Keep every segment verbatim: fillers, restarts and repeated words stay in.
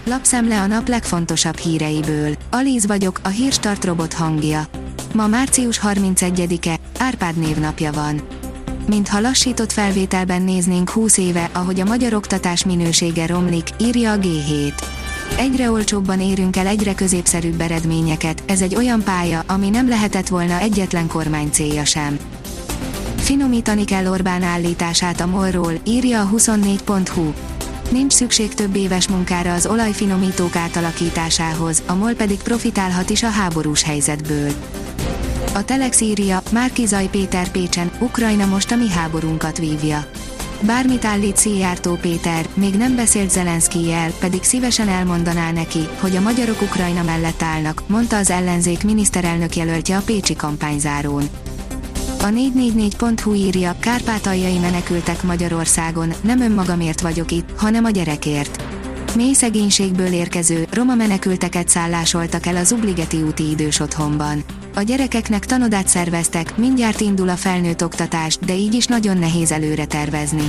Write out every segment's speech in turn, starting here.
Lapszemle a nap legfontosabb híreiből. Alíz vagyok, a Hírstart robot hangja. Ma március harmincegyedike, Árpád névnapja van. Mintha lassított felvételben néznénk húsz éve, ahogy a magyar oktatás minősége romlik, írja a gé hét. Egyre olcsóbban érünk el egyre középszerűbb eredményeket, ez egy olyan pálya, ami nem lehetett volna egyetlen kormány célja sem. Finomítani kell Orbán állítását a molról, írja a huszonnégy pont hu. Nincs szükség több éves munkára az olajfinomítók átalakításához, a MOL pedig profitálhat is a háborús helyzetből. A Telex írja, Márki-Zay Péter Pécsen, Ukrajna most a mi háborúnkat vívja. Bármit állít Szijjártó Péter, még nem beszélt Zelenszkijjel, pedig szívesen elmondaná neki, hogy a magyarok Ukrajna mellett állnak, mondta az ellenzék miniszterelnök jelöltje a pécsi kampányzárón. A négy négy négy pont hu írja, kárpátaljai menekültek Magyarországon, nem önmagamért vagyok itt, hanem a gyerekért. Mély szegénységből érkező, roma menekülteket szállásoltak el a Zubligeti úti idős otthonban. A gyerekeknek tanodát szerveztek, mindjárt indul a felnőtt oktatás, de így is nagyon nehéz előre tervezni.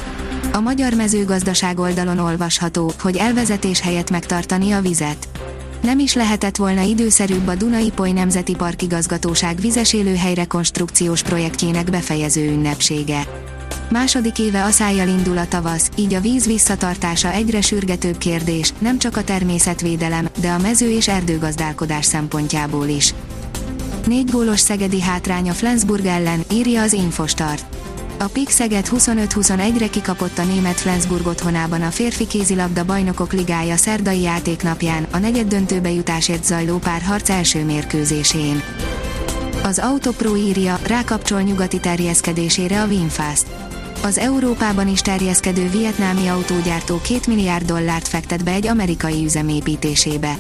A magyar mezőgazdaság oldalon olvasható, hogy elvezetés helyett megtartani a vizet. Nem is lehetett volna időszerűbb a Duna-Ipoly Nemzeti Park Igazgatóság vizes élőhely rekonstrukciós projektjének befejező ünnepsége. Második éve aszályjal indul a tavasz, így a víz visszatartása egyre sürgetőbb kérdés, nem csak a természetvédelem, de a mező- és erdőgazdálkodás szempontjából is. Négy gólos szegedi hátrány a Flensburg ellen, írja az Infostart. A PIK Szeged huszonöt huszonegyre kikapott a német Flensburg otthonában a férfi kézilabda bajnokok ligája szerdai játéknapján, a negyeddöntőbe jutásért zajló párharc első mérkőzésén. Az Autopro írja, rákapcsol nyugati terjeszkedésére a VinFast. Az Európában is terjeszkedő vietnámi autógyártó két milliárd dollárt fektet be egy amerikai üzem építésébe.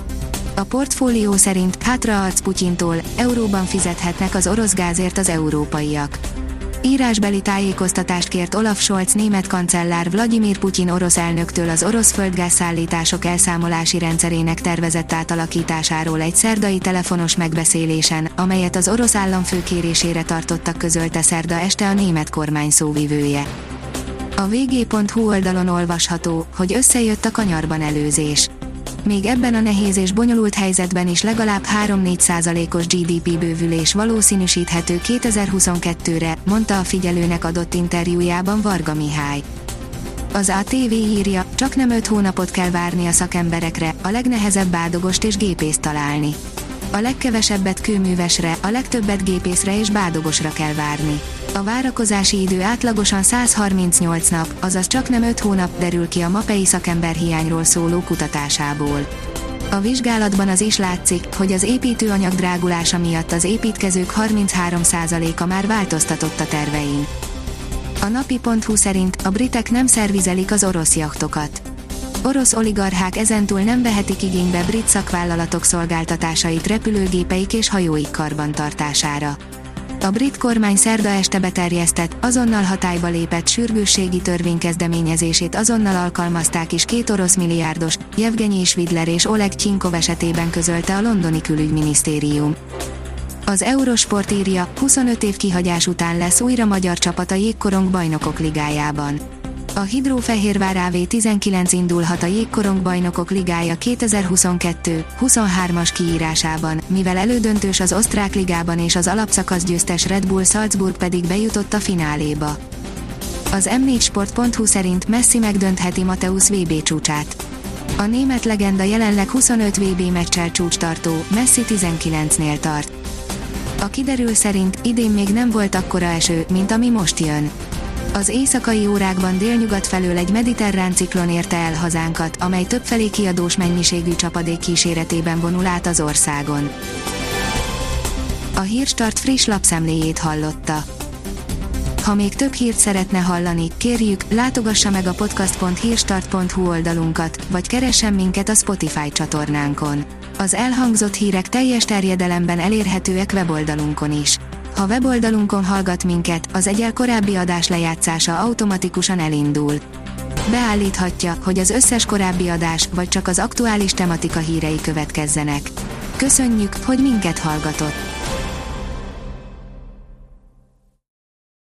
A portfólió szerint hátraarc Putyintól, euróban fizethetnek az orosz gázért az európaiak. Írásbeli tájékoztatást kért Olaf Scholz német kancellár Vladimir Putyin orosz elnöktől az orosz földgázszállítások elszámolási rendszerének tervezett átalakításáról egy szerdai telefonos megbeszélésen, amelyet az orosz államfő kérésére tartottak, közölte szerda este a német kormány szóvivője. A vg pont hu oldalon olvasható, hogy összejött a kanyarban előzés. Még ebben a nehéz és bonyolult helyzetben is legalább három-négy százalékos gé dé pé bővülés valószínűsíthető kétezer-huszonkettőre, mondta a Figyelőnek adott interjújában Varga Mihály. Az á té vé írja, csak nem öt hónapot kell várni a szakemberekre, a legnehezebb bádogost és gépészt találni. A legkevesebbet kőművesre, a legtöbbet gépészre és bádogosra kell várni. A várakozási idő átlagosan száz harmincnyolc nap, azaz csak nem öt hónap, derül ki a mapei szakemberhiányról szóló kutatásából. A vizsgálatban az is látszik, hogy az építőanyag drágulása miatt az építkezők harminchárom százaléka már változtatott a tervein. A napi pont hu szerint a britek nem szervizelik az orosz jachtokat. Orosz oligarchák ezentúl nem vehetik igénybe brit szakvállalatok szolgáltatásait repülőgépeik és hajóik karbantartására. A brit kormány szerda este beterjesztett, azonnal hatályba lépett sürgősségi törvénykezdeményezését azonnal alkalmazták is két orosz milliárdos, Jevgenyi Svidler és Oleg Csinkov esetében, közölte a londoni külügyminisztérium. Az Eurosport írja, huszonöt év kihagyás után lesz újra magyar csapat a Jégkorong Bajnokok Ligájában. A Hidrófehérvár á vé tizenkilenc indulhat a Jégkorong Bajnokok Ligája kétezer-huszonkettő huszonhármas kiírásában, mivel elődöntős az osztrák ligában és az alapszakasz győztes Red Bull Salzburg pedig bejutott a fináléba. Az em négy sport pont hu szerint Messi megdöntheti Mateusz vé bé csúcsát. A német legenda jelenleg huszonöt vé bé meccsel csúcstartó, Messi tizenkilencnél tart. A kiderül szerint idén még nem volt akkora eső, mint ami most jön. Az éjszakai órákban délnyugat felől egy mediterrán ciklon érte el hazánkat, amely többfelé kiadós mennyiségű csapadék kíséretében vonul át az országon. A Hírstart friss lapszemléjét hallotta. Ha még több hírt szeretne hallani, kérjük, látogassa meg a podcast pont hírstart pont hu oldalunkat, vagy keressen minket a Spotify csatornánkon. Az elhangzott hírek teljes terjedelemben elérhetőek weboldalunkon is. Ha weboldalunkon hallgat minket, az egyel korábbi adás lejátszása automatikusan elindul. Beállíthatja, hogy az összes korábbi adás, vagy csak az aktuális tematika hírei következzenek. Köszönjük, hogy minket hallgatott!